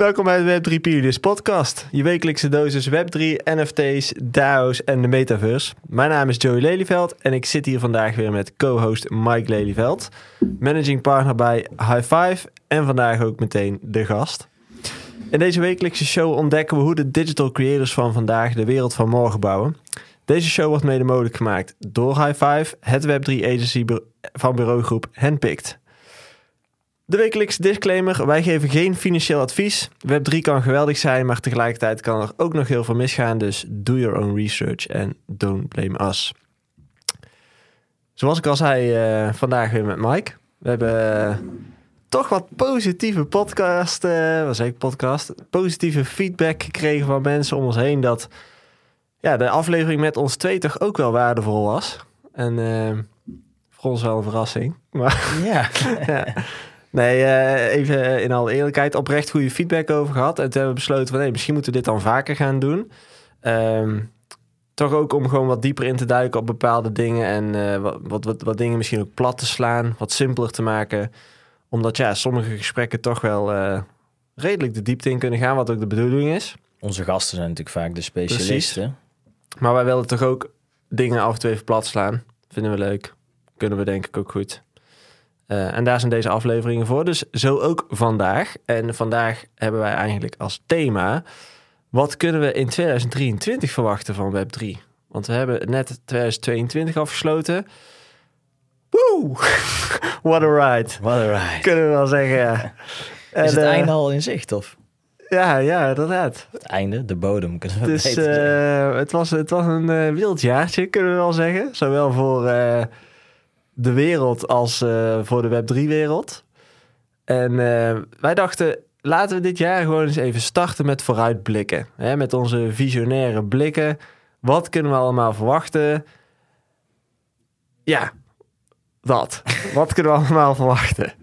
Welkom bij de Web3 Pioneers podcast. Je wekelijkse dosis Web3, NFT's, DAO's en de metaverse. Mijn naam is Joey Lelyveld en ik zit hier vandaag weer met co-host Mike Lelyveld. Managing partner bij High5 en vandaag ook meteen de gast. In deze wekelijkse show ontdekken we hoe de digital creators van vandaag de wereld van morgen bouwen. Deze show wordt mede mogelijk gemaakt door High5, het Web3 agency van bureaugroep Handpicked. De wekelijkse disclaimer, wij geven geen financieel advies. Web3 kan geweldig zijn, maar tegelijkertijd kan er ook nog heel veel misgaan. Dus do your own research and don't blame us. Zoals ik al zei, vandaag weer met Mike. We hebben toch wat positieve positieve feedback gekregen van mensen om ons heen. Dat de aflevering met ons twee toch ook wel waardevol was. En voor ons wel een verrassing. Maar ja. Nee, even in alle eerlijkheid, oprecht goede feedback over gehad. En toen hebben we besloten van, misschien moeten we dit dan vaker gaan doen. Toch ook om gewoon wat dieper in te duiken op bepaalde dingen. En wat dingen misschien ook plat te slaan, wat simpeler te maken. Omdat sommige gesprekken toch wel redelijk de diepte in kunnen gaan, wat ook de bedoeling is. Onze gasten zijn natuurlijk vaak de specialisten. Precies. Maar wij willen toch ook dingen af en toe even plat slaan. Vinden we leuk. Kunnen we denk ik ook goed. En daar zijn deze afleveringen voor. Dus zo ook vandaag. En vandaag hebben wij eigenlijk als thema: wat kunnen we in 2023 verwachten van Web3? Want we hebben net 2022 afgesloten. Woe! What a ride. What a ride. Kunnen we wel zeggen, ja. Is het einde al in zicht, of? Ja, inderdaad. Het einde, de bodem, kunnen we Dus het was een wild jaartje, kunnen we wel zeggen. Zowel voor de wereld als voor de Web3-wereld. En wij dachten, laten we dit jaar gewoon eens even starten met vooruitblikken. Hè, met onze visionaire blikken. Wat kunnen we allemaal verwachten? Ja, dat. Wat kunnen we allemaal verwachten?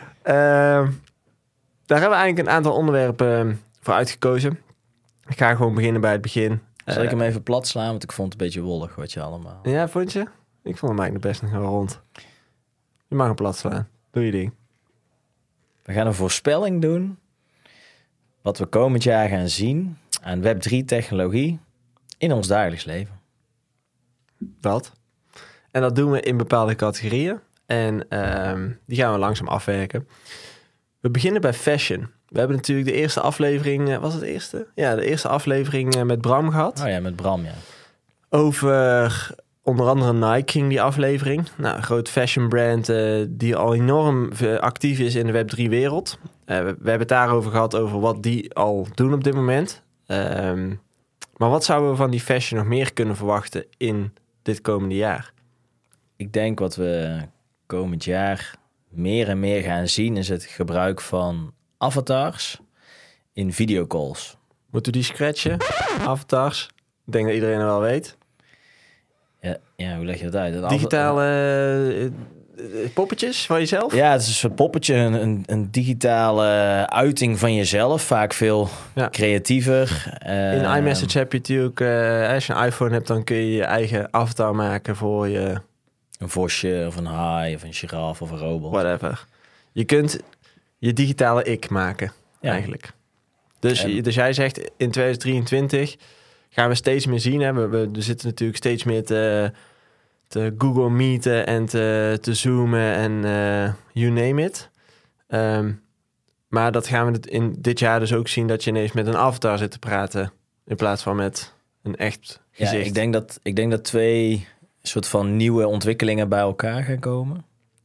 Daar hebben we eigenlijk een aantal onderwerpen voor uitgekozen. Ik ga gewoon beginnen bij het begin. Zal ik hem even plat slaan? Want ik vond het een beetje wollig wat je allemaal... Ja, vond je? Ik vond hem eigenlijk best nog wel rond. Je mag hem plat slaan. Doe je ding. We gaan een voorspelling doen. Wat we komend jaar gaan zien aan Web3-technologie in ons dagelijks leven. Dat. En dat doen we in bepaalde categorieën. En die gaan we langzaam afwerken. We beginnen bij fashion. We hebben natuurlijk de eerste aflevering... was het eerste? Ja, de eerste aflevering met Bram gehad. Oh ja, met Bram, ja. Over onder andere Nike ging die aflevering. Nou, een groot fashion brand die al enorm actief is in de Web3-wereld. We hebben het daarover gehad, over wat die al doen op dit moment. Maar wat zouden we van die fashion nog meer kunnen verwachten in dit komende jaar? Ik denk wat we komend jaar meer en meer gaan zien is het gebruik van avatars in videocalls. Moeten we die scratchen? Avatars? Ik denk dat iedereen het wel weet. Ja, hoe leg je dat uit? Digitale poppetjes van jezelf? Ja, het is een poppetje, een digitale uiting van jezelf. Vaak veel creatiever. In iMessage heb je natuurlijk, als je een iPhone hebt, dan kun je je eigen avatar maken voor je... Een vosje of een haai of een giraf of een robot. Whatever. Je kunt je digitale ik maken, eigenlijk. Dus jij zegt, in 2023 gaan we steeds meer zien. Hè? We zitten natuurlijk steeds meer te Google Meeten en te zoomen en you name it. Maar dat gaan we in dit jaar dus ook zien, dat je ineens met een avatar zit te praten in plaats van met een echt gezicht. Ja, ik denk dat twee soort van nieuwe ontwikkelingen bij elkaar gaan komen.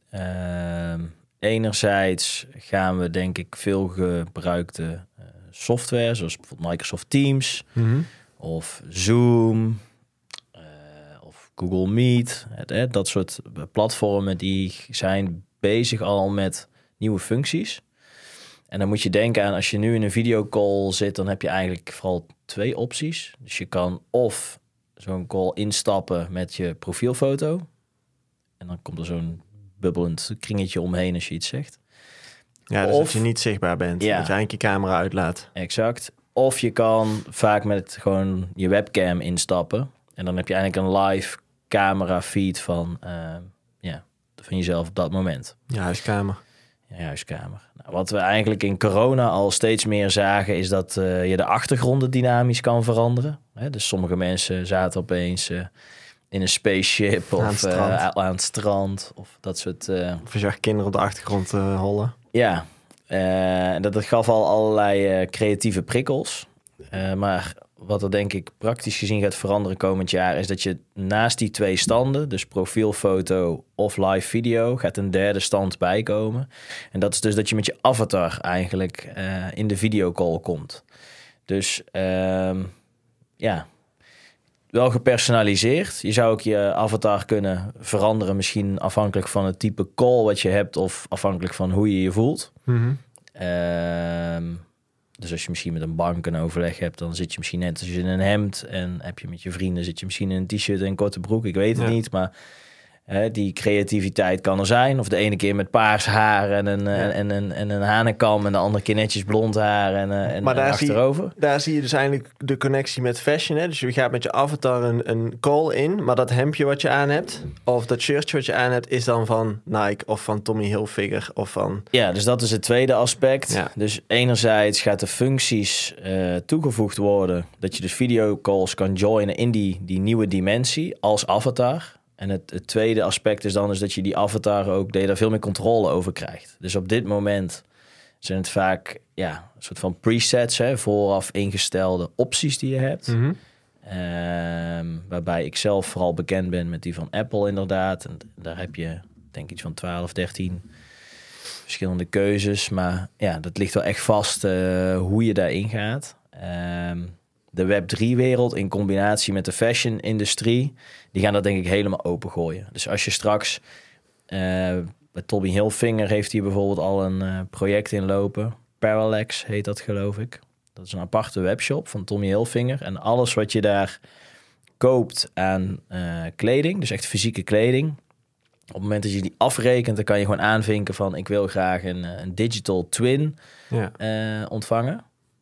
Enerzijds gaan we denk ik veel gebruikte software, zoals bijvoorbeeld Microsoft Teams of Zoom of Google Meet. Dat soort platformen die zijn bezig al met nieuwe functies. En dan moet je denken aan, als je nu in een videocall zit, dan heb je eigenlijk vooral twee opties. Dus je kan of zo'n call instappen met je profielfoto. En dan komt er zo'n bubbelend kringetje omheen als je iets zegt. Ja, dus dat je niet zichtbaar bent. Dat je eigenlijk je camera uitlaat. Exact. Of je kan vaak met gewoon je webcam instappen. En dan heb je eigenlijk een live camera feed van jezelf op dat moment. Je huiskamer. je huiskamer. Nou, wat we eigenlijk in corona al steeds meer zagen, is dat je de achtergronden dynamisch kan veranderen. Dus sommige mensen zaten opeens in een spaceship aan het strand. Of dat soort... Of je zag kinderen op de achtergrond hollen. Ja, dat gaf al allerlei creatieve prikkels. Maar wat er denk ik praktisch gezien gaat veranderen komend jaar, is dat je naast die 2 standen, dus profielfoto of live video, gaat een derde stand bijkomen. En dat is dus dat je met je avatar eigenlijk in de videocall komt. Dus wel gepersonaliseerd. Je zou ook je avatar kunnen veranderen, misschien afhankelijk van het type call wat je hebt of afhankelijk van hoe je je voelt. Mm-hmm. Dus als je misschien met een bank een overleg hebt, dan zit je misschien net als je in een hemd en heb je met je vrienden zit je misschien in een t-shirt en een korte broek. Ik weet het niet, maar die creativiteit kan er zijn. Of de ene keer met paars haar en een hanenkam en de andere keer netjes blond haar en achterover. Daar zie je dus eigenlijk de connectie met fashion. Hè? Dus je gaat met je avatar een call in, maar dat hemdje wat je aan hebt, of dat shirtje wat je aan hebt, is dan van Nike of van Tommy Hilfiger of van... Ja, dus dat is het tweede aspect. Ja. Dus enerzijds gaat de functies toegevoegd worden, dat je dus videocalls kan joinen in die nieuwe dimensie als avatar. En het tweede aspect is dan dat je die avatar ook, dat je daar veel meer controle over krijgt. Dus op dit moment zijn het vaak een soort van presets, vooraf ingestelde opties die je hebt. Mm-hmm. Waarbij ik zelf vooral bekend ben met die van Apple inderdaad. En daar heb je denk ik iets van 12, 13 verschillende keuzes. Maar ja, dat ligt wel echt vast hoe je daarin gaat. De Web3-wereld in combinatie met de fashion-industrie, die gaan dat denk ik helemaal opengooien. Dus als je straks, bij Tommy Hilfiger heeft hij bijvoorbeeld al een project inlopen. Parallax heet dat, geloof ik. Dat is een aparte webshop van Tommy Hilfiger. En alles wat je daar koopt aan kleding, dus echt fysieke kleding, op het moment dat je die afrekent, dan kan je gewoon aanvinken van ik wil graag een digital twin ontvangen.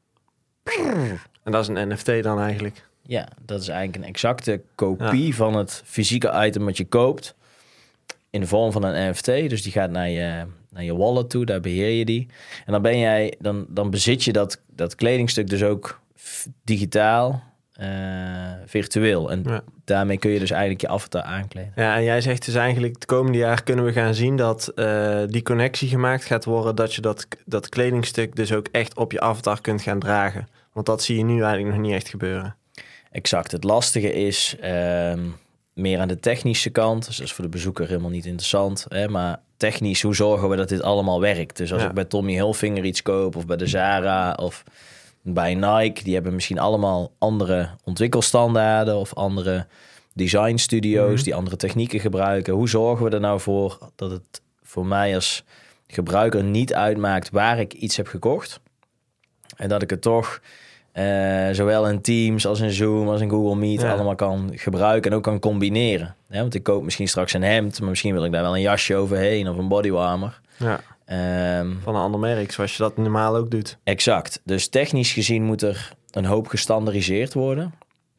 En dat is een NFT dan eigenlijk? Ja, dat is eigenlijk een exacte kopie van het fysieke item wat je koopt in de vorm van een NFT. Dus die gaat naar je wallet toe, daar beheer je die. En dan bezit je dat kledingstuk dus ook digitaal, virtueel. En daarmee kun je dus eigenlijk je avatar aankleden. Ja, en jij zegt dus eigenlijk het komende jaar kunnen we gaan zien dat die connectie gemaakt gaat worden, dat je dat kledingstuk dus ook echt op je avatar kunt gaan dragen. Want dat zie je nu eigenlijk nog niet echt gebeuren. Exact. Het lastige is meer aan de technische kant. Dus dat is voor de bezoeker helemaal niet interessant. Maar technisch, hoe zorgen we dat dit allemaal werkt? Dus als ik bij Tommy Hilfiger iets koop, of bij de Zara, of bij Nike, die hebben misschien allemaal andere ontwikkelstandaarden of andere design studio's die andere technieken gebruiken. Hoe zorgen we er nou voor dat het voor mij als gebruiker niet uitmaakt waar ik iets heb gekocht? En dat ik het toch zowel in Teams als in Zoom als in Google Meet allemaal kan gebruiken en ook kan combineren. Want ik koop misschien straks een hemd, maar misschien wil ik daar wel een jasje overheen of een bodywarmer. Ja. Van een ander merk, zoals je dat normaal ook doet. Exact. Dus technisch gezien moet er een hoop gestandardiseerd worden.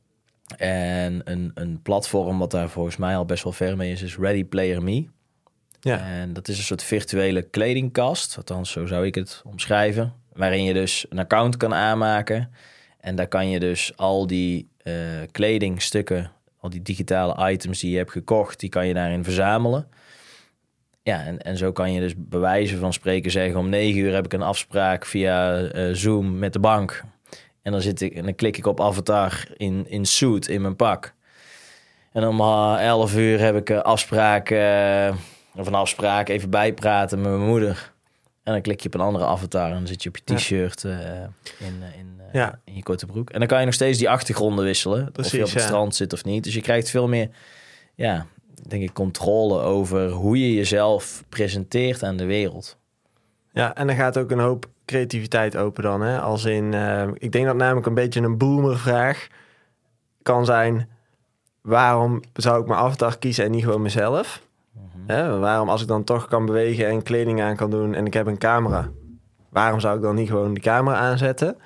En een platform wat daar volgens mij al best wel ver mee is Ready Player Me. Ja. En dat is een soort virtuele kledingkast, althans zo zou ik het omschrijven, waarin je dus een account kan aanmaken. En daar kan je dus al die kledingstukken, al die digitale items die je hebt gekocht, die kan je daarin verzamelen. Ja, en zo kan je dus bij wijze van spreken zeggen, om 9 uur heb ik een afspraak via Zoom met de bank. En dan klik ik op avatar in suit in mijn pak. En om 11 uur heb ik een afspraak, even bijpraten met mijn moeder. En dan klik je op een andere avatar en dan zit je op je t-shirt in je korte broek. En dan kan je nog steeds die achtergronden wisselen. Precies, of je op het strand zit of niet. Dus je krijgt veel meer, denk ik, controle over hoe je jezelf presenteert aan de wereld. Ja, en dan gaat ook een hoop creativiteit open dan. Hè? Als in, ik denk dat namelijk een beetje een boomervraag kan zijn, waarom zou ik mijn avatar kiezen en niet gewoon mezelf? Waarom, als ik dan toch kan bewegen en kleding aan kan doen en ik heb een camera, waarom zou ik dan niet gewoon die camera aanzetten?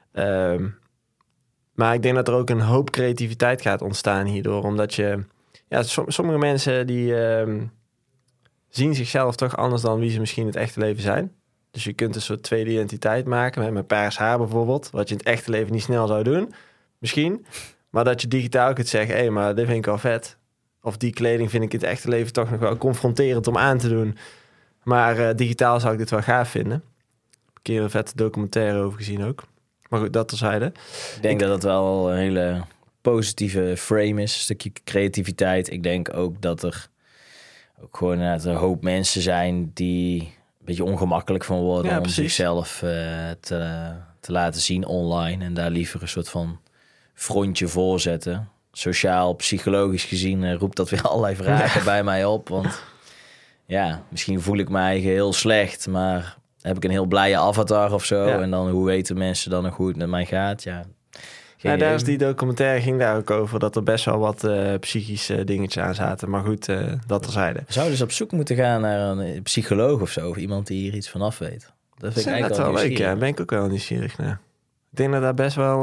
Maar ik denk dat er ook een hoop creativiteit gaat ontstaan hierdoor, omdat je, sommige mensen die zien zichzelf toch anders dan wie ze misschien in het echte leven zijn. Dus je kunt een soort tweede identiteit maken, met paars haar bijvoorbeeld, wat je in het echte leven niet snel zou doen, misschien. Maar dat je digitaal kunt zeggen, hé, maar dit vind ik wel vet. Of die kleding vind ik in het echte leven toch nog wel confronterend om aan te doen. Maar digitaal zou ik dit wel gaaf vinden. Een keer een vette documentaire over gezien ook. Maar goed, dat terzijde. Ik denk dat het wel een hele positieve frame is. Een stukje creativiteit. Ik denk ook dat er ook gewoon een hoop mensen zijn die een beetje ongemakkelijk van worden om zichzelf te laten zien online. En daar liever een soort van frontje voor zetten. Sociaal, psychologisch gezien roept dat weer allerlei vragen bij mij op. Want ja, misschien voel ik mij heel slecht, maar heb ik een heel blije avatar of zo. Ja. En dan hoe weten mensen dan nog hoe het met mij gaat? Ja, daar is die documentaire ging daar ook over dat er best wel wat psychische dingetjes aan zaten. Maar goed, dat terzijde. We zouden dus op zoek moeten gaan naar een psycholoog of zo. Of iemand die hier iets van af weet. Dat vind ik eigenlijk wel leuk. Ja, daar ben ik ook wel nieuwsgierig naar. Ik denk dat daar best wel...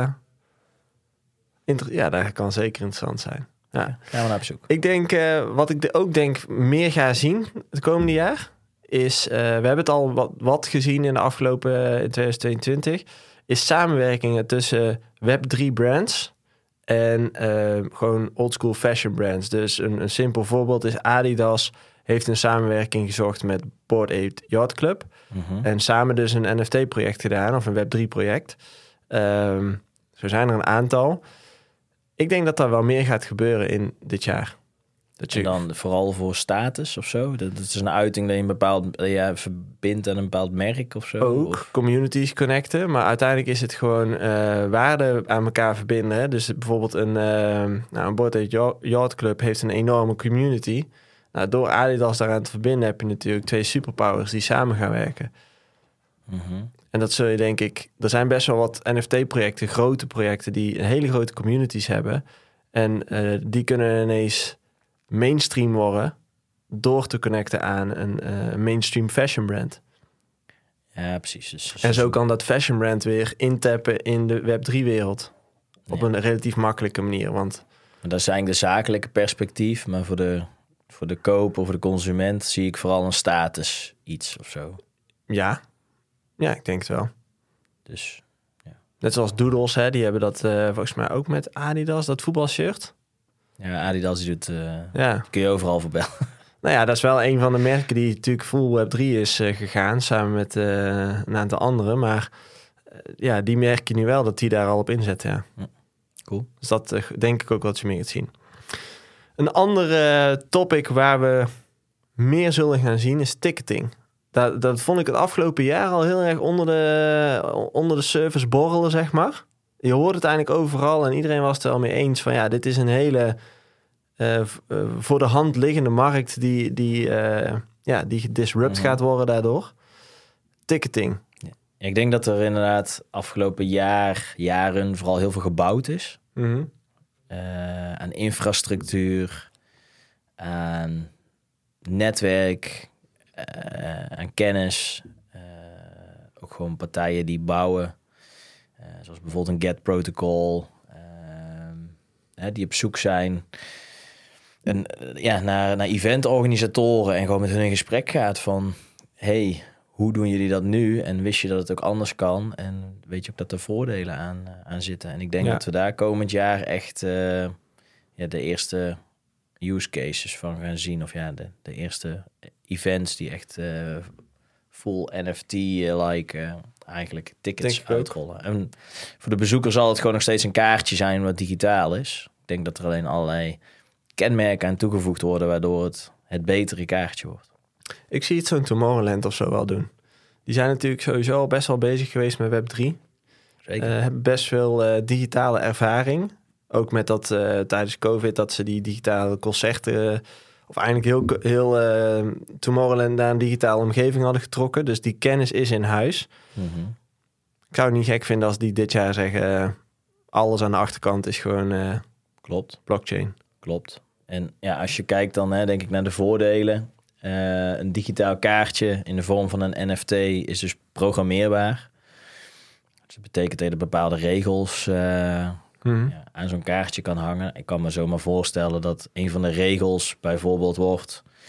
dat kan zeker interessant zijn. Ja. Gaan we naar op zoek. Ik denk, wat ik ook denk meer ga zien het komende jaar... is, we hebben het al wat gezien in de afgelopen in 2022... is samenwerkingen tussen Web3 brands en gewoon oldschool fashion brands. Dus een simpel voorbeeld is Adidas heeft een samenwerking gezocht met Bored Ape Yacht Club. Mm-hmm. En samen dus een NFT-project gedaan of een Web3-project. Zo zijn er een aantal. Ik denk dat daar wel meer gaat gebeuren in dit jaar. En dan vooral voor status of zo? Dat is een uiting dat je een bepaald verbindt aan een bepaald merk of zo? Ook, communities connecten. Maar uiteindelijk is het gewoon waarde aan elkaar verbinden. Hè? Dus bijvoorbeeld een Bored Ape Yacht Club heeft een enorme community. Nou, door Adidas daaraan te verbinden heb je natuurlijk 2 superpowers die samen gaan werken. Mm-hmm. En dat zul je denk ik... Er zijn best wel wat NFT-projecten, grote projecten... die hele grote communities hebben. En die kunnen ineens mainstream worden... door te connecten aan een mainstream fashion brand. Ja, precies. Dus en zo kan dat fashion brand weer intappen in de Web3-wereld. Op een relatief makkelijke manier. Want dat is eigenlijk de zakelijke perspectief... maar voor de koper of voor de consument... zie ik vooral een status iets of zo. Ja, ik denk het wel. Dus, ja. Net zoals Doodles, hè, die hebben dat volgens mij ook met Adidas, dat voetbalshirt. Ja, Adidas die doet... kun je overal voor bellen. Nou ja, dat is wel een van de merken die natuurlijk full Web3 is gegaan, samen met een aantal anderen. Maar die merk je nu wel dat die daar al op inzetten, ja. Cool. Dus dat denk ik ook wat je meer gaat zien. Een andere topic waar we meer zullen gaan zien is ticketing. Dat vond ik het afgelopen jaar al heel erg onder de service borrelen, zeg maar. Je hoort het eigenlijk overal en iedereen was het er al mee eens van... ja, dit is een hele voor de hand liggende markt die gedisrupt gaat worden daardoor. Ticketing. Ja. Ik denk dat er inderdaad afgelopen jaren vooral heel veel gebouwd is. Mm-hmm. Aan infrastructuur, aan netwerk... aan kennis, ook gewoon partijen die bouwen, zoals bijvoorbeeld een Get Protocol, die op zoek zijn naar eventorganisatoren en gewoon met hun in gesprek gaat van, hey, hoe doen jullie dat nu? En wist je dat het ook anders kan? En weet je ook dat er voordelen aan zitten? En ik denk dat we daar komend jaar echt de eerste use cases van gaan zien, of de eerste events die echt full NFT-like eigenlijk tickets uitrollen. En voor de bezoeker zal het gewoon nog steeds een kaartje zijn wat digitaal is. Ik denk dat er alleen allerlei kenmerken aan toegevoegd worden, waardoor het betere kaartje wordt. Ik zie het zo'n Tomorrowland of zo wel doen. Die zijn natuurlijk sowieso al best wel bezig geweest met Web3. Zeker. Hebben best veel digitale ervaring. Ook met dat tijdens COVID dat ze die digitale concerten... of eigenlijk heel Tomorrowland naar een digitale omgeving hadden getrokken. Dus die kennis is in huis. Mm-hmm. Ik zou het niet gek vinden als die dit jaar zeggen... alles aan de achterkant is gewoon klopt. Blockchain. Klopt. En ja, als je kijkt dan denk ik naar de voordelen. Een digitaal kaartje in de vorm van een NFT is dus programmeerbaar. Dus dat betekent dat je bepaalde regels... aan zo'n kaartje kan hangen. Ik kan me zomaar voorstellen dat een van de regels bijvoorbeeld wordt...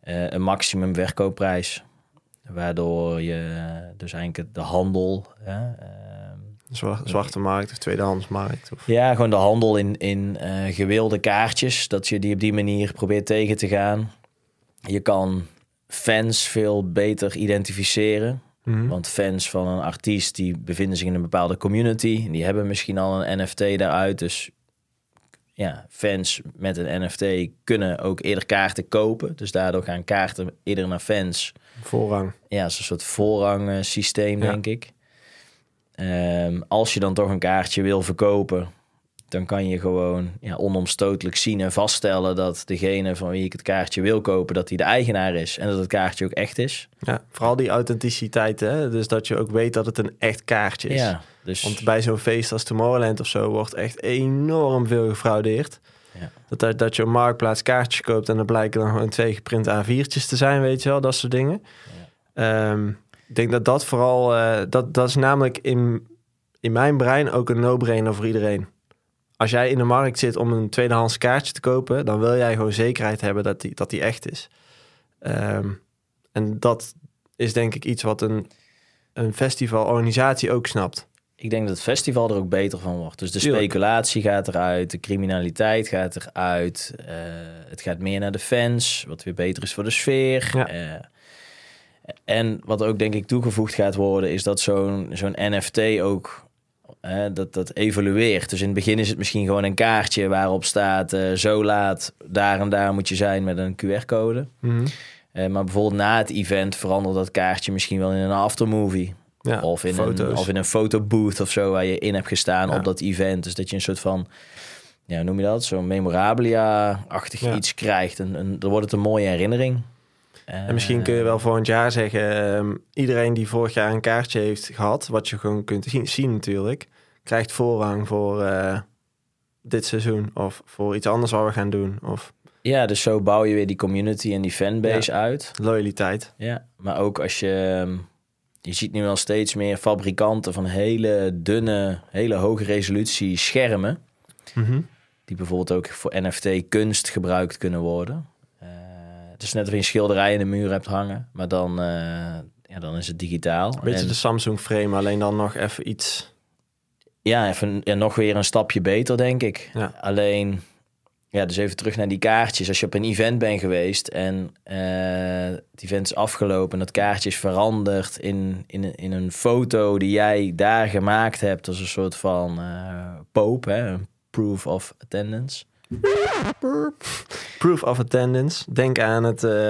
een maximum verkoopprijs. Waardoor je dus eigenlijk de handel... Zwarte markt of tweedehandsmarkt? Of... Ja, gewoon de handel in gewilde kaartjes. Dat je die op die manier probeert tegen te gaan. Je kan fans veel beter identificeren. Mm-hmm. Want fans van een artiest die bevinden zich in een bepaalde community. En die hebben misschien al een NFT daaruit. Dus ja, fans met een NFT kunnen ook eerder kaarten kopen. Dus daardoor gaan kaarten eerder naar fans. Voorrang. Ja, dat is een soort voorrang systeem, denk ik. Als je dan toch een kaartje wil verkopen, dan kan je gewoon onomstotelijk zien en vaststellen dat degene van wie ik het kaartje wil kopen, dat hij de eigenaar is en dat het kaartje ook echt is. Ja, vooral die authenticiteit, hè? Dus dat je ook weet dat het een echt kaartje is. Ja, dus... Want bij zo'n feest als Tomorrowland of zo wordt echt enorm veel gefraudeerd. Ja. Dat je op Marktplaats kaartjes koopt en dan blijken dan gewoon 2 geprint A4'tjes te zijn, weet je wel, dat soort dingen. Ja. Ik denk dat vooral, dat is namelijk in mijn brein ook een no-brainer voor iedereen. Als jij in de markt zit om een tweedehands kaartje te kopen, dan wil jij gewoon zekerheid hebben dat die echt is. En dat is denk ik iets wat een festivalorganisatie ook snapt. Ik denk dat het festival er ook beter van wordt. Dus de speculatie gaat eruit, de criminaliteit gaat eruit. Het gaat meer naar de fans, wat weer beter is voor de sfeer. Ja. En wat ook denk ik toegevoegd gaat worden, is dat zo'n NFT ook dat evolueert. Dus in het begin is het misschien gewoon een kaartje waarop staat zo laat, daar en daar moet je zijn met een QR-code. Mm-hmm. Maar bijvoorbeeld na het event verandert dat kaartje misschien wel in een aftermovie. Ja, of in een fotobooth of zo waar je in hebt gestaan op dat event. Dus dat je een soort van, hoe noem je dat? Zo'n memorabilia-achtig iets krijgt. Dan wordt het een mooie herinnering. En misschien kun je wel volgend jaar zeggen, iedereen die vorig jaar een kaartje heeft gehad, wat je gewoon kunt zien natuurlijk, krijgt voorrang voor dit seizoen of voor iets anders wat we gaan doen. Of... Ja, dus zo bouw je weer die community en die fanbase uit. Loyaliteit. Ja, maar ook als je ziet nu al steeds meer fabrikanten van hele dunne, hele hoge resolutie schermen, die bijvoorbeeld ook voor NFT kunst gebruikt kunnen worden. Het is net of je een schilderij in de muur hebt hangen, maar dan is het digitaal. Een beetje de Samsung frame, alleen dan nog even iets... Ja, nog weer een stapje beter, denk ik. Ja. Alleen, dus even terug naar die kaartjes. Als je op een event bent geweest en het event is afgelopen en dat kaartje is veranderd in een foto die jij daar gemaakt hebt als een soort van POAP, een proof of attendance. Proof of attendance. Denk aan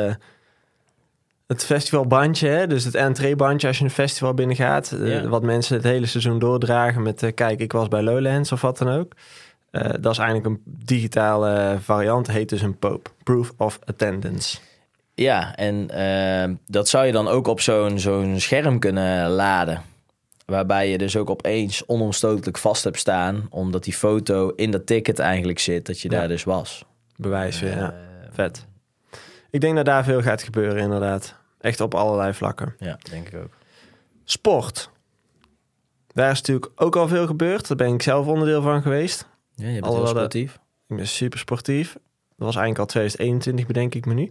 het festivalbandje, hè? Dus het entreebandje als je een festival binnengaat. Wat mensen het hele seizoen doordragen met kijk, ik was bij Lowlands of wat dan ook. Dat is eigenlijk een digitale variant, heet dus een POAP. Proof of attendance. Ja, en dat zou je dan ook op zo'n scherm kunnen laden. Waarbij je dus ook opeens onomstotelijk vast hebt staan, omdat die foto in dat ticket eigenlijk zit, dat je daar dus was. Bewijs weer, vet. Ik denk dat daar veel gaat gebeuren, inderdaad. Echt op allerlei vlakken. Ja, denk ik ook. Sport. Daar is natuurlijk ook al veel gebeurd. Daar ben ik zelf onderdeel van geweest. Ja, je bent heel sportief. Ik ben super sportief. Dat was eigenlijk al 2021, bedenk ik me nu.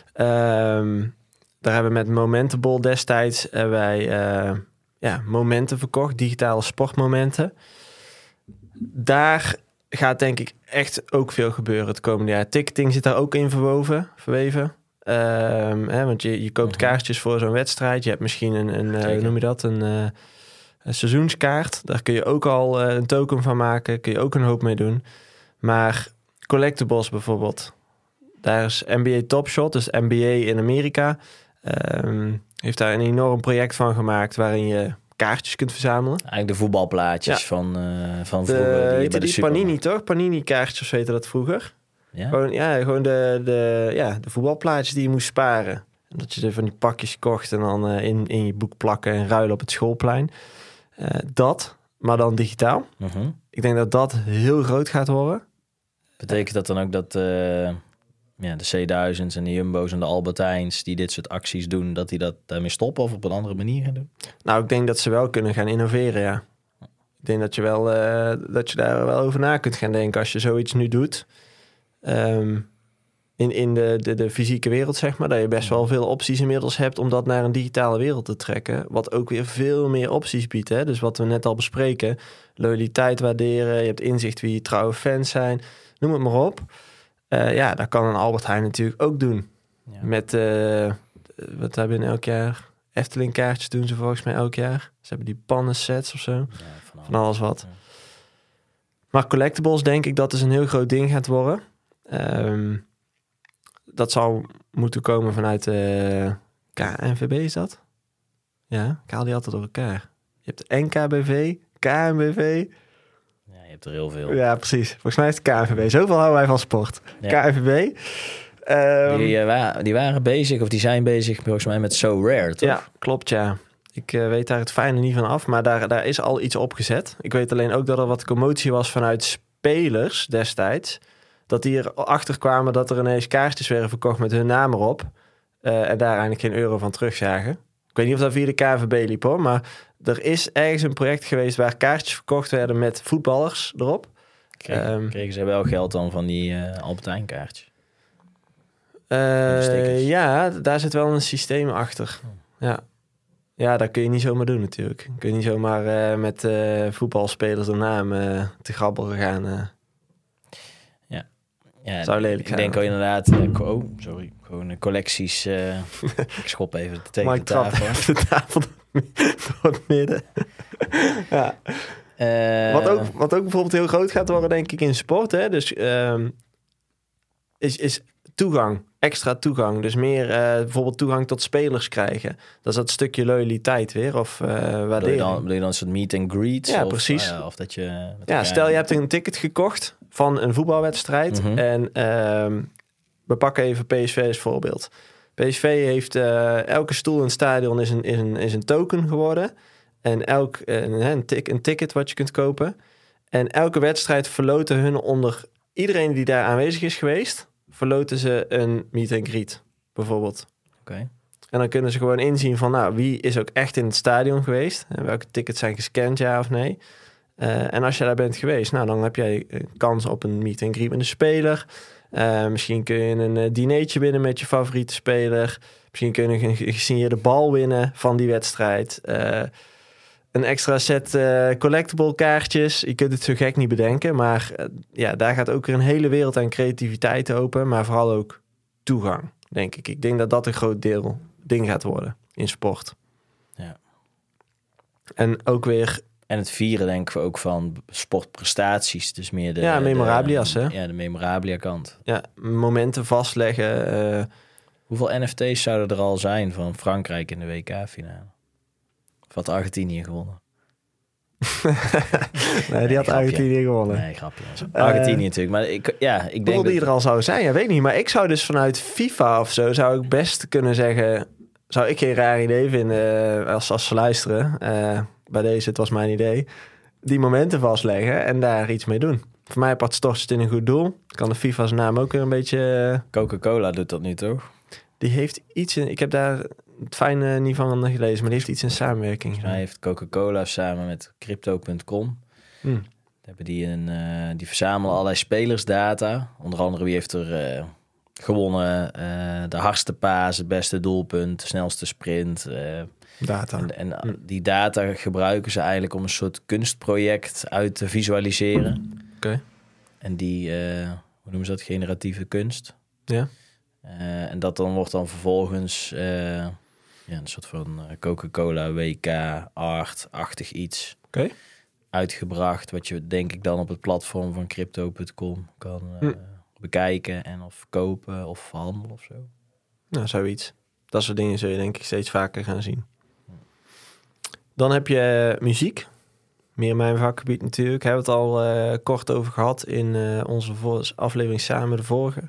Daar hebben we met Momentable destijds wij momenten verkocht. Digitale sportmomenten. Daar gaat denk ik echt ook veel gebeuren het komende jaar. Ticketing zit daar ook in verweven. Want je koopt kaartjes voor zo'n wedstrijd. Je hebt misschien hoe noem je dat? Een seizoenskaart. Daar kun je ook al een token van maken. Kun je ook een hoop mee doen. Maar collectibles bijvoorbeeld. Daar is NBA Top Shot, dus NBA in Amerika. Heeft daar een enorm project van gemaakt waarin je kaartjes kunt verzamelen. Eigenlijk de voetbalplaatjes van vroeger. Die Panini, toch? Panini-kaartjes, weten dat vroeger. Ja? Gewoon de voetbalplaatjes die je moest sparen. En dat je er van die pakjes kocht en dan in je boek plakken en ruilen op het schoolplein. Dat, maar dan digitaal. Uh-huh. Ik denk dat dat heel groot gaat worden. Betekent dat dan ook dat de C1000's en de Jumbo's en de Albertijns die dit soort acties doen, dat die dat daarmee stoppen of op een andere manier gaan doen? Nou, ik denk dat ze wel kunnen gaan innoveren, ja. Ik denk dat je wel dat je daar wel over na kunt gaan denken als je zoiets nu doet. in de fysieke wereld, zeg maar. Dat je best wel veel opties inmiddels hebt om dat naar een digitale wereld te trekken. Wat ook weer veel meer opties biedt. Hè? Dus wat we net al bespreken. Loyaliteit waarderen. Je hebt inzicht wie je trouwe fans zijn. Noem het maar op. Dat kan een Albert Heijn natuurlijk ook doen. Ja. Met, wat hebben we elk jaar? Efteling kaartjes doen ze volgens mij elk jaar. Ze hebben die pannensets of zo. Ja, van alles wat. Ja. Maar collectibles denk ik dat dus een heel groot ding gaat worden. Dat zal moeten komen vanuit KNVB, is dat? Ja, ik haal die altijd door elkaar. Je hebt NKBV, KNVB. Ja, je hebt er heel veel. Ja, precies. Volgens mij is het KNVB. Zoveel houden wij van sport. Ja. KNVB. Die waren bezig, of die zijn bezig volgens mij met So Rare, toch? Ja, klopt, ja. Ik weet daar het fijne niet van af, maar daar is al iets opgezet. Ik weet alleen ook dat er wat commotie was vanuit spelers destijds. Dat die erachter kwamen dat er ineens kaartjes werden verkocht met hun naam erop. En daar eigenlijk geen euro van terugzagen. Ik weet niet of dat via de KNVB liep hoor, maar er is ergens een project geweest waar kaartjes verkocht werden met voetballers erop. Kregen ze wel geld dan van die Albert Heijn kaartjes? Ja, daar zit wel een systeem achter. Ja, dat kun je niet zomaar doen natuurlijk. Kun je niet zomaar met voetbalspelers de naam te grabbelen gaan. Ja, zou lelijk zijn. Ik denk ook inderdaad... gewoon collecties... ik schop even tegen de tafel. De tafel door het midden. Ja. Wat ook bijvoorbeeld heel groot gaat worden, denk ik, in sport. Hè? Dus is toegang. Extra toegang. Dus meer bijvoorbeeld toegang tot spelers krijgen. Dat is dat stukje loyaliteit weer. Of waardering. Bedoel je dan een soort meet and greet? Ja, precies. Of dat je... Stel je hebt een ticket gekocht van een voetbalwedstrijd. Mm-hmm. En we pakken even PSV als voorbeeld. PSV heeft elke stoel in het stadion is een token geworden. En een ticket wat je kunt kopen. En elke wedstrijd verloten hun onder iedereen die daar aanwezig is geweest, verloten ze een meet and greet, bijvoorbeeld. Okay. En dan kunnen ze gewoon inzien van, wie is ook echt in het stadion geweest? En welke tickets zijn gescand, ja of nee? En als je daar bent geweest, dan heb jij kans op een meet and greet met een speler. Misschien kun je een dinertje winnen met je favoriete speler. Misschien kun je een gesigneerde bal winnen van die wedstrijd. Een extra set collectible kaartjes. Je kunt het zo gek niet bedenken. Maar daar gaat ook weer een hele wereld aan creativiteit open. Maar vooral ook toegang, denk ik. Ik denk dat dat een groot ding gaat worden in sport. Ja. En ook weer... En het vieren, denk ik, ook van sportprestaties. Dus meer de... Ja, memorabilia's, hè? Ja, de memorabilia kant. Ja, momenten vastleggen. Hoeveel NFT's zouden er al zijn van Frankrijk in de WK-finale? Of had Argentinië gewonnen? Nee, die had Argentinië gewonnen. Nee, grapje. Argentinië natuurlijk. Maar ik denk die er al zou zijn, ja, weet niet. Maar ik zou dus vanuit FIFA of zo, zou ik best kunnen zeggen... Zou ik geen raar idee vinden als ze luisteren. Bij deze, het was mijn idee. Die momenten vastleggen en daar iets mee doen. Voor mij past stort het in een goed doel. Kan de FIFA's naam ook weer een beetje... Coca-Cola doet dat nu toch? Die heeft iets in... Ik heb daar het fijne niet van gelezen, maar die heeft iets in samenwerking gedaan. Hij heeft Coca-Cola samen met Crypto.com. Hebben die verzamelen allerlei spelersdata. Onder andere wie heeft er gewonnen, de hardste paas, het beste doelpunt, de snelste sprint. Data. En die data gebruiken ze eigenlijk om een soort kunstproject uit te visualiseren. Oké. En die, hoe noemen ze dat, generatieve kunst. Ja. En dat dan wordt dan vervolgens een soort van Coca-Cola WK art-achtig iets uitgebracht. Wat je denk ik dan op het platform van Crypto.com kan bekijken en of kopen of handelen of zo. Nou, zoiets. Dat soort dingen zul je denk ik steeds vaker gaan zien. Dan heb je muziek. Meer mijn vakgebied natuurlijk. Hebben we het al kort over gehad in onze aflevering samen, de vorige.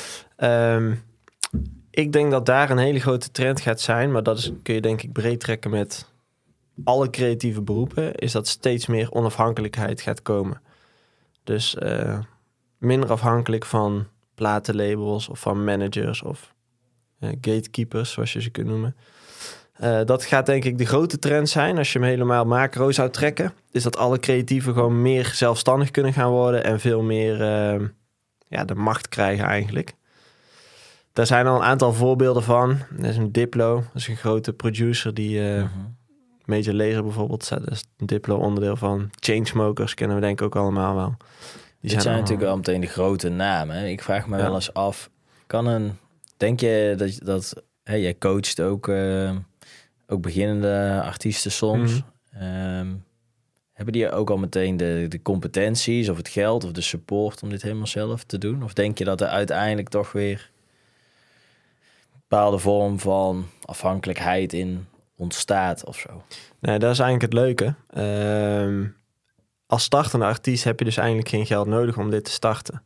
Ik denk dat daar een hele grote trend gaat zijn. Maar dat kun je denk ik breed trekken met alle creatieve beroepen. Is dat steeds meer onafhankelijkheid gaat komen. Dus minder afhankelijk van platenlabels of van managers of gatekeepers, zoals je ze kunt noemen. Dat gaat denk ik de grote trend zijn. Als je hem helemaal macro zou trekken, is dat alle creatieven gewoon meer zelfstandig kunnen gaan worden en veel meer de macht krijgen eigenlijk. Daar zijn al een aantal voorbeelden van. Er is een Diplo, dat is een grote producer die... Major Lazer bijvoorbeeld, dat is een Diplo onderdeel van. Chainsmokers kennen we denk ik ook allemaal wel. Dit zijn natuurlijk wel meteen de grote namen. Hè? Ik vraag me wel eens af, denk je dat jij coacht ook beginnende artiesten soms. Hebben die ook al meteen de competenties of het geld of de support om dit helemaal zelf te doen? Of denk je dat er uiteindelijk toch weer een bepaalde vorm van afhankelijkheid in ontstaat of zo? Nee, dat is eigenlijk het leuke. Als startende artiest heb je dus eigenlijk geen geld nodig om dit te starten.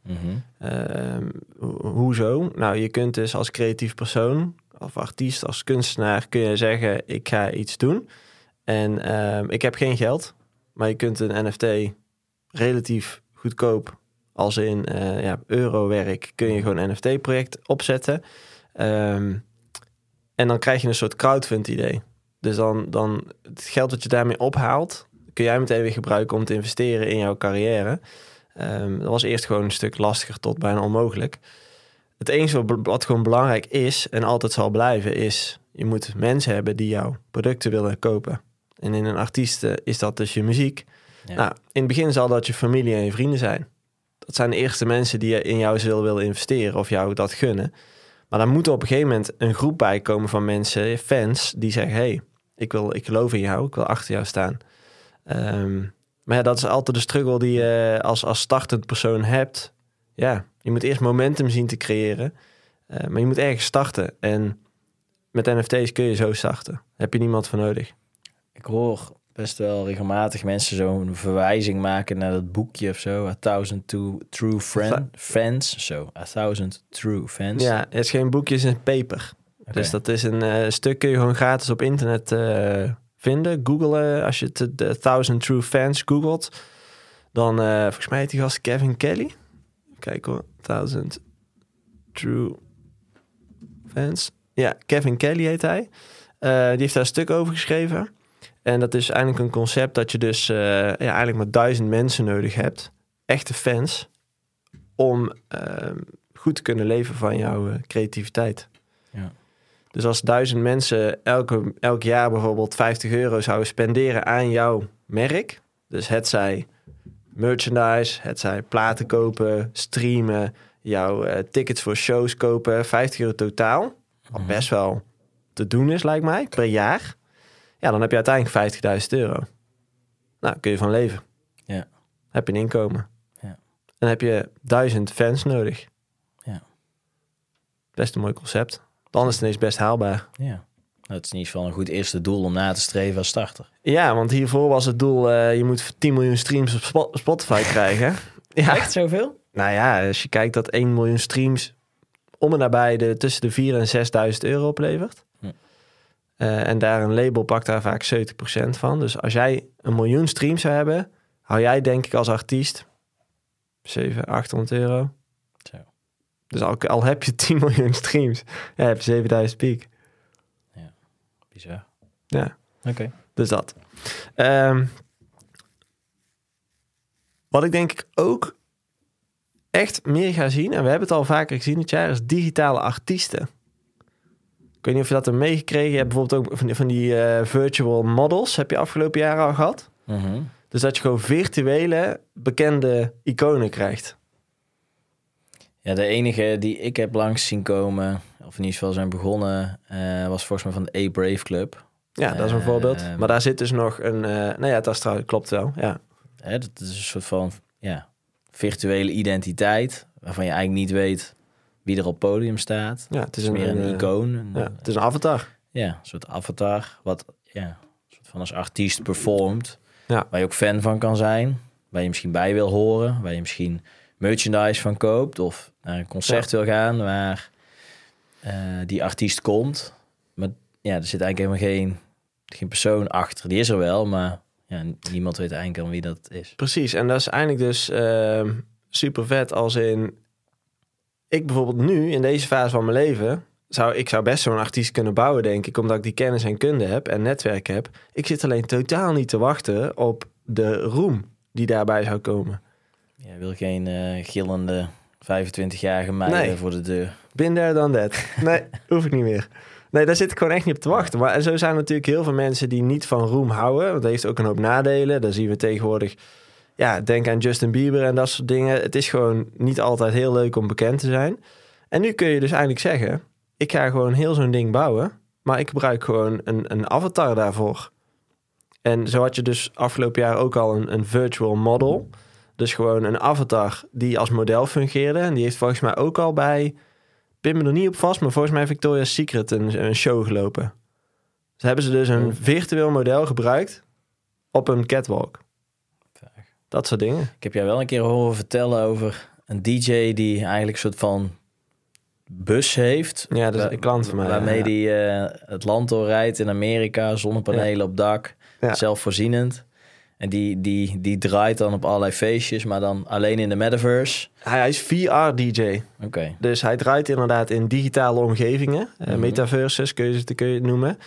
Hoezo? Nou, je kunt dus als creatief persoon of artiest, als kunstenaar, kun je zeggen, ik ga iets doen. En ik heb geen geld, maar je kunt een NFT relatief goedkoop, als in eurowerk, kun je gewoon een NFT-project opzetten. En dan krijg je een soort crowdfund idee. Dus dan het geld dat je daarmee ophaalt, kun jij meteen weer gebruiken om te investeren in jouw carrière. Dat was eerst gewoon een stuk lastiger tot bijna onmogelijk. Het enige wat gewoon belangrijk is en altijd zal blijven is, je moet mensen hebben die jouw producten willen kopen. En in een artiest is dat dus je muziek. Ja. Nou, in het begin zal dat je familie en je vrienden zijn. Dat zijn de eerste mensen die in jou willen investeren of jou dat gunnen. Maar dan moet er op een gegeven moment een groep bij komen van mensen, fans, die zeggen, hey, ik geloof in jou, ik wil achter jou staan. Maar ja, dat is altijd de struggle die je als startend persoon hebt. Ja, je moet eerst momentum zien te creëren. Maar je moet ergens starten. En met NFT's kun je zo starten. Daar heb je niemand voor nodig. Ik hoor best wel regelmatig mensen zo'n verwijzing maken naar dat boekje of zo. 1000 True Fans. Zo, 1000 True Fans. Ja, het is geen boekje, het is een paper. Okay. Dus dat is een stuk kun je gewoon gratis op internet vinden. Google, als je de 1000 True Fans googelt, dan volgens mij heet die gast Kevin Kelly. Kijk hoor, 1000 True Fans. Ja, Kevin Kelly heet hij. Die heeft daar een stuk over geschreven. En dat is eigenlijk een concept dat je dus eigenlijk maar 1000 mensen nodig hebt. Echte fans. Om goed te kunnen leven van jouw creativiteit. Ja. Dus als 1000 mensen elk jaar bijvoorbeeld €50 zouden spenderen aan jouw merk. Dus het zij merchandise, het zij platen kopen, streamen, jouw tickets voor shows kopen. €50 totaal. Wat best wel te doen is, lijkt mij, per jaar. Ja, dan heb je uiteindelijk €50.000. Nou, kun je van leven. Ja. Heb je een inkomen. Ja. Dan heb je 1000 fans nodig. Ja. Best een mooi concept. Dan is het ineens best haalbaar. Ja. Dat is in ieder geval een goed eerste doel om na te streven als starter. Ja, want hiervoor was het doel, je moet 10 miljoen streams op Spotify krijgen. Ja. Echt zoveel? Nou ja, als je kijkt dat 1 miljoen streams om en nabij tussen de 4.000 en 6.000 euro oplevert. En daar een label pakt daar vaak 70% van. Dus als jij 1 miljoen streams zou hebben, hou jij denk ik als artiest 700-800 euro. Zo. Dus al heb je 10 miljoen streams, ja, heb je 7000 piek. Ja, bizar. Ja, oké. Dus dat. Wat ik denk ik ook echt meer ga zien, en we hebben het al vaker gezien dit jaar, is digitale artiesten. Ik weet niet of je dat hebt meegekregen. Je hebt bijvoorbeeld ook van die virtual models, heb je afgelopen jaren al gehad. Mm-hmm. Dus dat je gewoon virtuele, bekende iconen krijgt. Ja, de enige die ik heb langs zien komen, of in ieder geval zijn begonnen, was volgens mij van de A-Brave Club. Ja, dat is een voorbeeld. Maar daar zit dus nog een... dat klopt wel, ja. Dat is een soort van virtuele identiteit, waarvan je eigenlijk niet weet wie er op podium staat. Ja, het is meer een icoon. Het is een avatar. Ja, een soort avatar, wat een soort van als artiest performt. Ja. Waar je ook fan van kan zijn, waar je misschien bij wil horen, waar je misschien merchandise van koopt of naar een concert wil gaan waar die artiest komt. Maar ja, er zit eigenlijk helemaal geen persoon achter. Die is er wel, maar ja, niemand weet eigenlijk al wie dat is. Precies, en dat is eigenlijk dus super vet als in... Ik bijvoorbeeld nu, in deze fase van mijn leven, zou best zo'n artiest kunnen bouwen, denk ik, omdat ik die kennis en kunde heb en netwerk heb. Ik zit alleen totaal niet te wachten op de roem die daarbij zou komen. Jij wil geen gillende 25-jarige meiden Nee. voor de deur. Been there, done that. Nee, hoef ik niet meer. Nee, daar zit ik gewoon echt niet op te wachten. Maar en zo zijn natuurlijk heel veel mensen die niet van roem houden. Want dat heeft ook een hoop nadelen. Daar zien we tegenwoordig... Ja, denk aan Justin Bieber en dat soort dingen. Het is gewoon niet altijd heel leuk om bekend te zijn. En nu kun je dus eigenlijk zeggen... Ik ga gewoon heel zo'n ding bouwen... maar ik gebruik gewoon een avatar daarvoor. En zo had je dus afgelopen jaar ook al een virtual model. Dus gewoon een avatar die als model fungeerde. En die heeft volgens mij ook al bij... Pin me er niet op vast, maar volgens mij Victoria's Secret een show gelopen. Dus hebben ze dus een virtueel model gebruikt op een catwalk. Dat soort dingen. Ik heb jou wel een keer horen vertellen over een DJ die eigenlijk een soort van bus heeft. Ja, dat is een klant van mij. Waarmee die het land doorrijdt in Amerika, zonnepanelen op dak, zelfvoorzienend. En die draait dan op allerlei feestjes, maar dan alleen in de metaverse. Hij is VR-DJ. Oké. Dus hij draait inderdaad in digitale omgevingen. Metaverses kun je het noemen.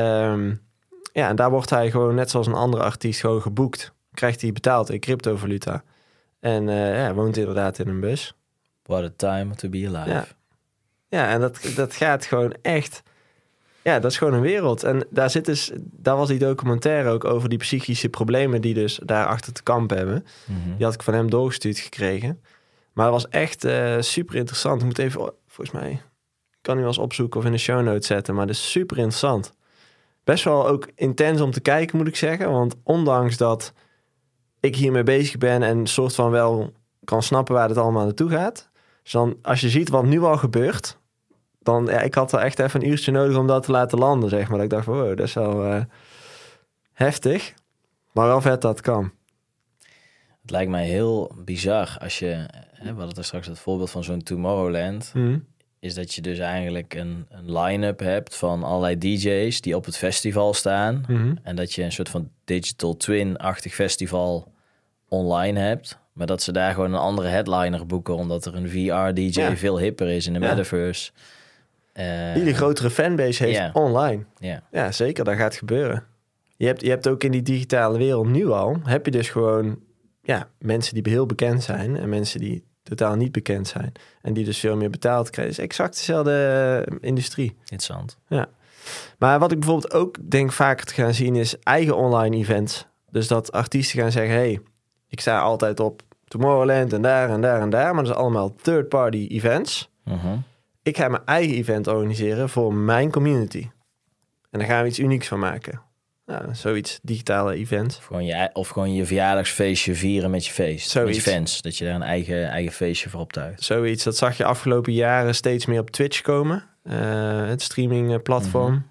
En daar wordt hij gewoon net zoals een andere artiest gewoon geboekt. Krijgt hij betaald in cryptovaluta. En woont inderdaad in een bus. What a time to be alive. Ja, en dat gaat gewoon echt... Ja, dat is gewoon een wereld. En daar was die documentaire ook over die psychische problemen die dus daar achter te kamp hebben. Mm-hmm. Die had ik van hem doorgestuurd gekregen. Maar het was echt super interessant. Ik moet even, volgens mij, ik kan nu wel eens opzoeken of in de show notes zetten. Maar dat is super interessant. Best wel ook intens om te kijken, moet ik zeggen. Want ondanks dat ik hiermee bezig ben en soort van wel kan snappen waar het allemaal naartoe gaat. Dus dan, als je ziet wat nu al gebeurt... Dan, ik had er echt even een uurtje nodig om dat te laten landen, zeg maar. Dat ik dacht van, wow, dat is wel heftig. Maar wel vet dat het kan. Het lijkt mij heel bizar als je... we hadden er straks het voorbeeld van zo'n Tomorrowland. Is dat je dus eigenlijk een line-up hebt van allerlei DJ's die op het festival staan. En dat je een soort van digital twin-achtig festival online hebt. Maar dat ze daar gewoon een andere headliner boeken, omdat er een VR-DJ veel hipper is in de metaverse. Die de grotere fanbase heeft online. Ja, zeker, dat gaat gebeuren. Je hebt ook in die digitale wereld nu al... heb je dus gewoon mensen die heel bekend zijn... en mensen die totaal niet bekend zijn... en die dus veel meer betaald krijgen. Het is exact dezelfde industrie. Interessant. Ja. Maar wat ik bijvoorbeeld ook denk vaker te gaan zien... is eigen online events. Dus dat artiesten gaan zeggen... hey, ik sta altijd op Tomorrowland en daar en daar en daar... maar dat is allemaal third-party events... Ik ga mijn eigen event organiseren voor mijn community. En daar gaan we iets unieks van maken. Nou, zoiets, digitale event. Of gewoon je verjaardagsfeestje vieren met je feest. Zoiets. Met je fans. Dat je daar een eigen feestje voor optuigt. Zoiets, dat zag je afgelopen jaren steeds meer op Twitch komen. Het streaming platform.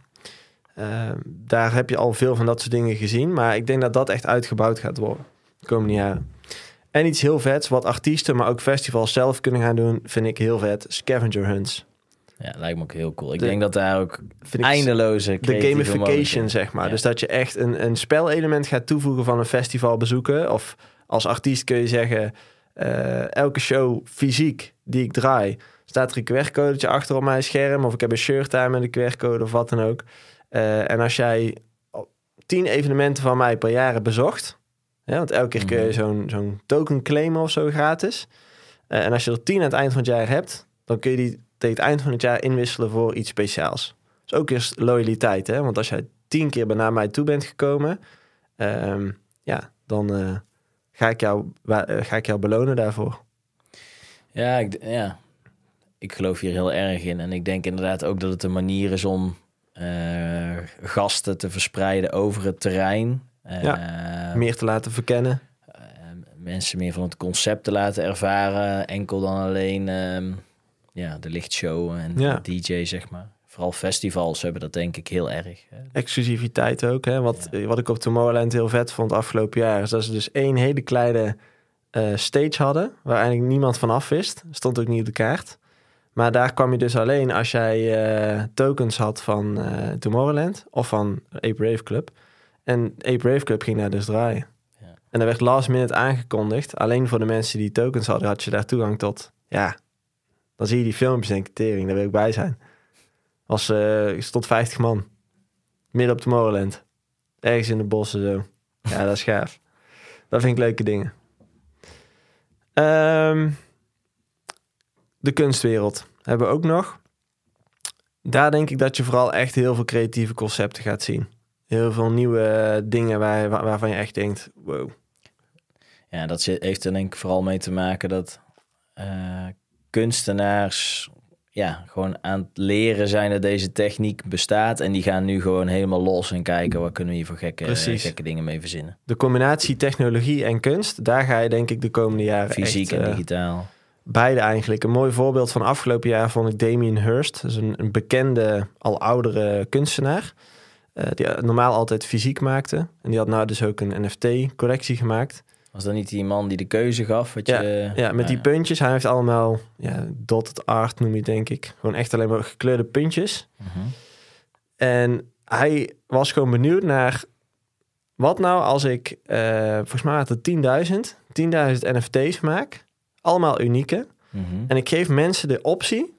Daar heb je al veel van dat soort dingen gezien. Maar ik denk dat dat echt uitgebouwd gaat worden de komende jaren. En iets heel vets, wat artiesten, maar ook festivals zelf kunnen gaan doen, vind ik heel vet. Scavenger hunts. Ja, lijkt me ook heel cool. Ik denk dat daar ook eindeloze de gamification, zeg maar. Ja. Dus dat je echt een spelelement gaat toevoegen van een festival bezoeken. Of als artiest kun je zeggen, elke show fysiek die ik draai, staat er een QR-codetje achter op mijn scherm. Of ik heb een shirt aan met een QR-code of wat dan ook. En als jij 10 evenementen van mij per jaar hebt bezocht... Ja, want elke keer kun je zo'n token claimen of zo gratis. En als je er 10 aan het eind van het jaar hebt... dan kun je die tegen het eind van het jaar inwisselen voor iets speciaals. Dus ook eens loyaliteit, hè? Want als jij 10 keer naar mij toe bent gekomen... dan ga ik jou belonen daarvoor. Ja, ik geloof hier heel erg in. En ik denk inderdaad ook dat het een manier is om gasten te verspreiden over het terrein... meer te laten verkennen. Mensen meer van het concept te laten ervaren. Enkel dan alleen de lichtshow en de DJ, zeg maar. Vooral festivals hebben dat denk ik heel erg. Exclusiviteit ook. Hè? Wat ik op Tomorrowland heel vet vond afgelopen jaar... is dat ze dus 1 hele kleine stage hadden... waar eigenlijk niemand van af wist. Stond ook niet op de kaart. Maar daar kwam je dus alleen als jij tokens had van Tomorrowland... of van Ape Rave Club... En Ape Rave Club ging daar dus draaien. Ja. En dat werd last minute aangekondigd. Alleen voor de mensen die tokens hadden, had je daar toegang tot. Ja, dan zie je die filmpjes en tering, daar wil ik bij zijn. Stond 50 man. Midden op Tomorrowland. Ergens in de bossen zo. Ja, dat is gaaf. Dat vind ik leuke dingen. de kunstwereld hebben we ook nog. Daar denk ik dat je vooral echt heel veel creatieve concepten gaat zien. Heel veel nieuwe dingen waarvan je echt denkt, wow. Ja, dat heeft er denk ik vooral mee te maken dat kunstenaars gewoon aan het leren zijn dat deze techniek bestaat. En die gaan nu gewoon helemaal los en kijken, wat kunnen we hier voor gekke dingen mee verzinnen. De combinatie technologie en kunst, daar ga je denk ik de komende jaren fysiek echt, en digitaal. Beide eigenlijk. Een mooi voorbeeld van afgelopen jaar vond ik Damien Hirst. Dat is een bekende, al oudere kunstenaar. Die normaal altijd fysiek maakte. En die had nou dus ook een NFT-collectie gemaakt. Was dat niet die man die de keuze gaf? Met die puntjes. Hij heeft allemaal dotted art, noem je het, denk ik. Gewoon echt alleen maar gekleurde puntjes. Uh-huh. En hij was gewoon benieuwd naar... wat nou als ik, volgens mij had het 10.000 NFT's maak... allemaal unieke. Mm-hmm. En ik geef mensen de optie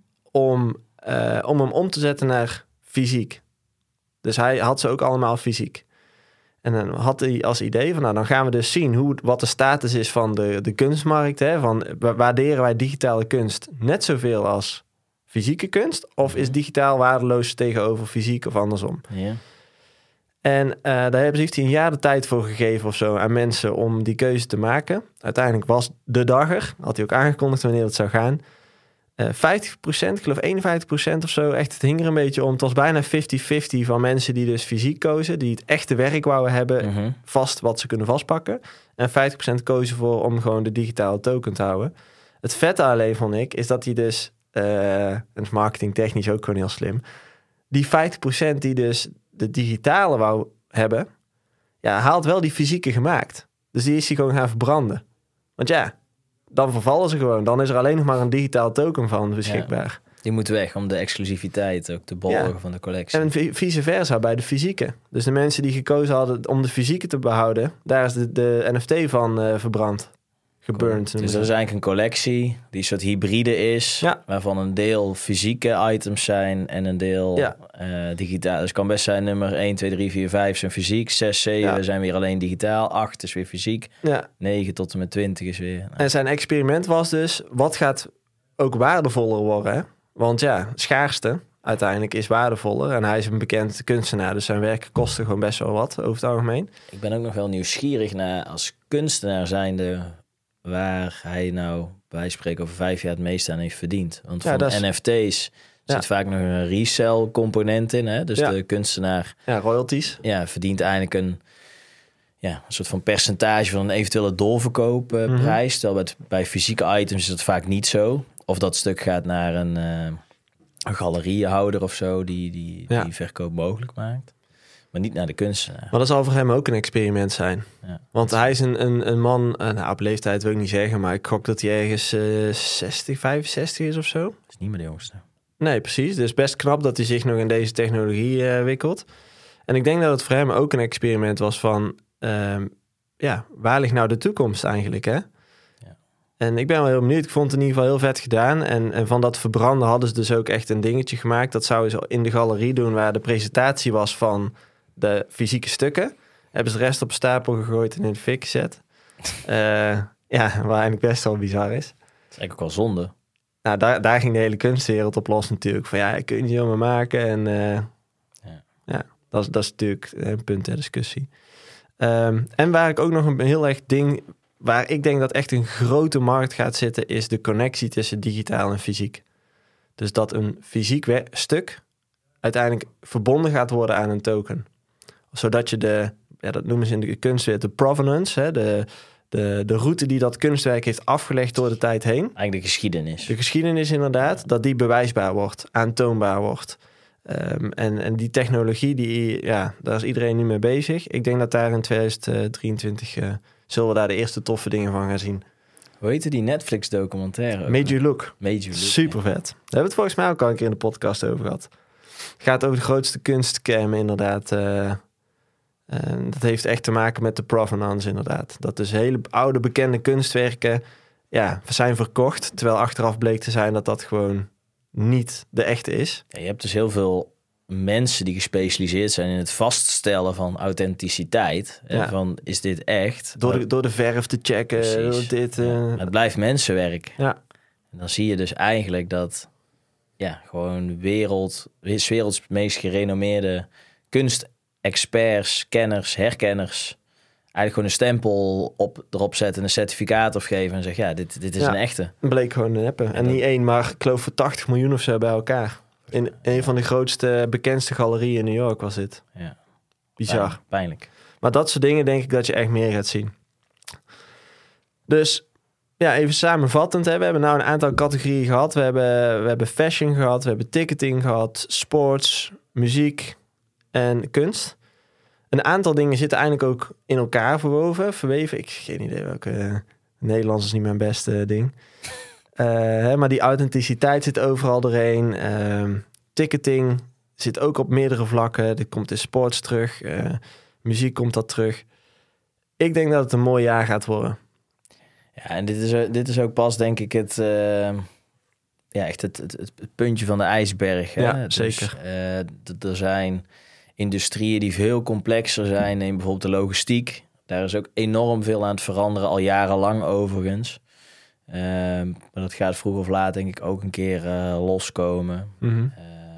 om hem om te zetten naar fysiek. Dus hij had ze ook allemaal fysiek. En dan had hij als idee van, nou, dan gaan we dus zien wat de status is van de kunstmarkt. Hè? Van, waarderen wij digitale kunst net zoveel als fysieke kunst? Of is digitaal waardeloos tegenover fysiek of andersom? Yeah. En daar heeft hij een jaar de tijd voor gegeven of zo aan mensen om die keuze te maken. Uiteindelijk was de dag er. Had hij ook aangekondigd wanneer het zou gaan. 50%, ik geloof 51% of zo. Echt, het hing er een beetje om. Het was bijna 50-50 van mensen die dus fysiek kozen. Die het echte werk wouden hebben. Mm-hmm. Vast wat ze kunnen vastpakken. En 50% kozen voor om gewoon de digitale token te houden. Het vette alleen, vond ik, is dat hij dus... en het is marketingtechnisch ook gewoon heel slim. Die 50% die dus de digitale wou hebben... haalt wel die fysieke gemaakt. Dus die is hij gewoon gaan verbranden. Want dan vervallen ze gewoon. Dan is er alleen nog maar een digitaal token van beschikbaar. Ja, die moet weg om de exclusiviteit ook te borgen van de collectie. En vice versa bij de fysieke. Dus de mensen die gekozen hadden om de fysieke te behouden... daar is de NFT van verbrand. Geburnt. Dus er is eigenlijk een collectie die een soort hybride is... waarvan een deel fysieke items zijn en een deel digitaal. Dus het kan best zijn nummer 1, 2, 3, 4, 5 zijn fysiek. 6, 7 zijn weer alleen digitaal. 8 is weer fysiek. 9 tot en met 20 is weer... En zijn experiment was dus... wat gaat ook waardevoller worden? Hè? Want schaarste uiteindelijk is waardevoller. En hij is een bekend kunstenaar. Dus zijn werken kosten gewoon best wel wat over het algemeen. Ik ben ook nog wel nieuwsgierig naar als kunstenaar zijnde... waar hij nou, bij spreken over 5 jaar het meeste aan heeft verdiend. Want van NFT's zit vaak nog een resell component in. Hè? Dus de kunstenaar... royalties. Verdient eigenlijk een soort van percentage van een eventuele doorverkoopprijs. Terwijl bij fysieke items is dat vaak niet zo. Of dat stuk gaat naar een galeriehouder of zo... die verkoop mogelijk maakt. Maar niet naar de kunstenaar. Maar dat zal voor hem ook een experiment zijn. Ja. Want hij is een man... op leeftijd wil ik niet zeggen... maar ik gok dat hij ergens 60, 65 is of zo. Dat is niet meer de jongste. Nee, precies. Dus best knap dat hij zich nog in deze technologie wikkelt. En ik denk dat het voor hem ook een experiment was van... waar ligt nou de toekomst eigenlijk, hè? Ja. En ik ben wel heel benieuwd. Ik vond het in ieder geval heel vet gedaan. En van dat verbranden hadden ze dus ook echt een dingetje gemaakt. Dat zouden ze in de galerie doen... waar de presentatie was van... de fysieke stukken. Hebben ze de rest op stapel gegooid en in de fik gezet. Wat eigenlijk best wel bizar is. Dat is eigenlijk ook wel zonde. Nou, daar ging de hele kunstwereld op los natuurlijk. Van kun je niet helemaal maken. En dat is natuurlijk een punt ter discussie. En waar ik ook nog een heel erg ding... waar ik denk dat echt een grote markt gaat zitten... is de connectie tussen digitaal en fysiek. Dus dat een fysiek stuk... uiteindelijk verbonden gaat worden aan een token. Zodat je dat noemen ze in de kunstwereld de provenance, hè, de route die dat kunstwerk heeft afgelegd door de tijd heen. Eigenlijk de geschiedenis. De geschiedenis inderdaad, dat die bewijsbaar wordt, aantoonbaar wordt. En die technologie, daar is iedereen nu mee bezig. Ik denk dat daar in 2023 zullen we daar de eerste toffe dingen van gaan zien. Hoe heette die Netflix documentaire? Made You Look. Super vet. Daar hebben we het volgens mij ook al een keer in de podcast over gehad. Het gaat over de grootste kunstscam inderdaad. Dat heeft echt te maken met de provenance inderdaad. Dat dus hele oude bekende kunstwerken zijn verkocht. Terwijl achteraf bleek te zijn dat dat gewoon niet de echte is. Ja, je hebt dus heel veel mensen die gespecialiseerd zijn in het vaststellen van authenticiteit. Ja. Van, is dit echt? Door de verf te checken. Dit, Het blijft mensenwerk. Ja. En dan zie je dus eigenlijk dat gewoon werelds meest gerenommeerde kunstexperts, kenners, herkenners eigenlijk gewoon een stempel erop zetten, een certificaat opgeven en zeggen, dit is een echte. Het bleek gewoon een appen. En niet één, maar ik geloof voor 80 miljoen of zo bij elkaar. In een van de grootste, bekendste galerieën in New York was dit. Ja. Bizar. Pijnlijk. Maar dat soort dingen denk ik dat je echt meer gaat zien. Dus even samenvattend. We hebben nou een aantal categorieën gehad. We hebben fashion gehad, we hebben ticketing gehad, sports, muziek en kunst. Een aantal dingen zitten eigenlijk ook in elkaar verweven. Ik heb geen idee welke... Nederlands is niet mijn beste ding. Maar die authenticiteit zit overal doorheen. Ticketing zit ook op meerdere vlakken. Dit komt in sports terug. Muziek komt dat terug. Ik denk dat het een mooi jaar gaat worden. Ja, en dit is ook pas denk ik het puntje van de ijsberg. Hè? Ja, dus, zeker. Er zijn industrieën die veel complexer zijn. Neem bijvoorbeeld de logistiek. Daar is ook enorm veel aan het veranderen, al jarenlang overigens. Maar dat gaat vroeg of laat denk ik ook een keer loskomen. Mm-hmm.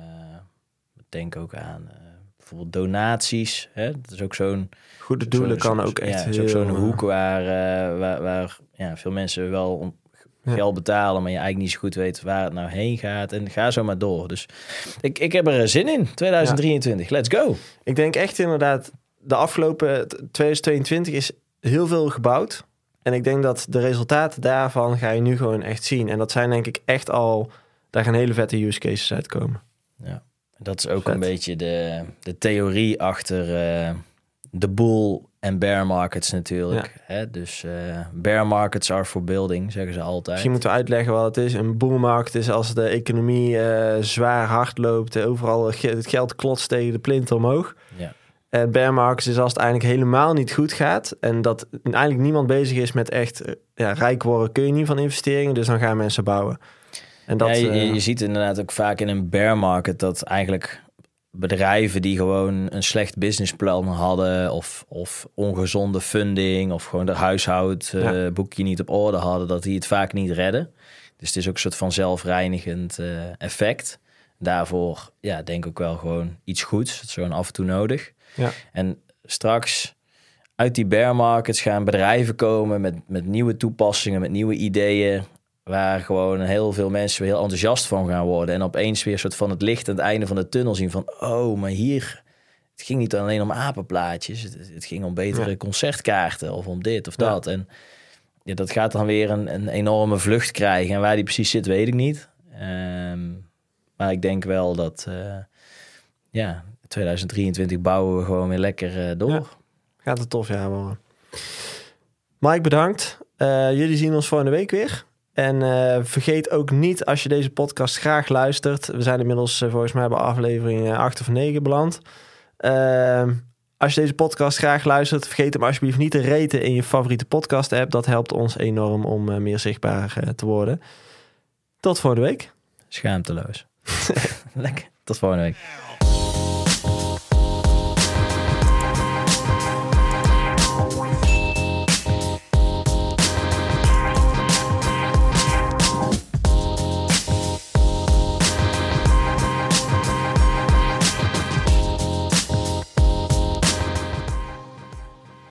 Denk ook aan bijvoorbeeld donaties. Hè? Dat is ook zo'n... Goede doelen kan ook echt het is ook zo'n hoek waar veel mensen wel geld betalen, maar je eigenlijk niet zo goed weet waar het nou heen gaat. En ga zo maar door. Dus ik heb er zin in. 2023, let's go. Ik denk echt inderdaad, de afgelopen 2022 is heel veel gebouwd. En ik denk dat de resultaten daarvan ga je nu gewoon echt zien. En dat zijn denk ik echt al... Daar gaan hele vette use cases uitkomen. Ja, dat is ook een beetje de theorie achter de bull en bear markets natuurlijk. Ja. Hè? Dus bear markets are for building, zeggen ze altijd. Misschien moeten we uitleggen wat het is. Een bull market is als de economie zwaar hard loopt. Overal het geld klotst tegen de plint omhoog. Ja. En bear markets is als het eigenlijk helemaal niet goed gaat. En dat eigenlijk niemand bezig is met echt rijk worden. Kun je niet van investeringen, dus dan gaan mensen bouwen. En dat, je ziet inderdaad ook vaak in een bear market dat eigenlijk bedrijven die gewoon een slecht businessplan hadden of ongezonde funding of gewoon de huishoudboekje niet op orde hadden, dat die het vaak niet redden. Dus het is ook een soort van zelfreinigend effect. Daarvoor denk ik ook wel gewoon iets goeds. Dat is gewoon af en toe nodig. Ja. En straks uit die bear markets gaan bedrijven komen met nieuwe toepassingen, met nieuwe ideeën, waar gewoon heel veel mensen weer heel enthousiast van gaan worden. En opeens weer een soort van het licht aan het einde van de tunnel zien van, oh, maar hier, het ging niet alleen om apenplaatjes. Het ging om betere concertkaarten of om dit of dat. En dat gaat dan weer een enorme vlucht krijgen. En waar die precies zit, weet ik niet. Maar ik denk wel dat 2023 bouwen we gewoon weer lekker door. Ja, gaat het tof jaar worden. Mike, bedankt. Jullie zien ons volgende week weer. En vergeet ook niet, als je deze podcast graag luistert. We zijn inmiddels volgens mij bij aflevering 8 of 9 beland. Als je deze podcast graag luistert, vergeet hem alsjeblieft niet te raten in je favoriete podcast app. Dat helpt ons enorm om meer zichtbaar te worden. Tot volgende week. Schaamteloos. Lekker. Tot volgende week.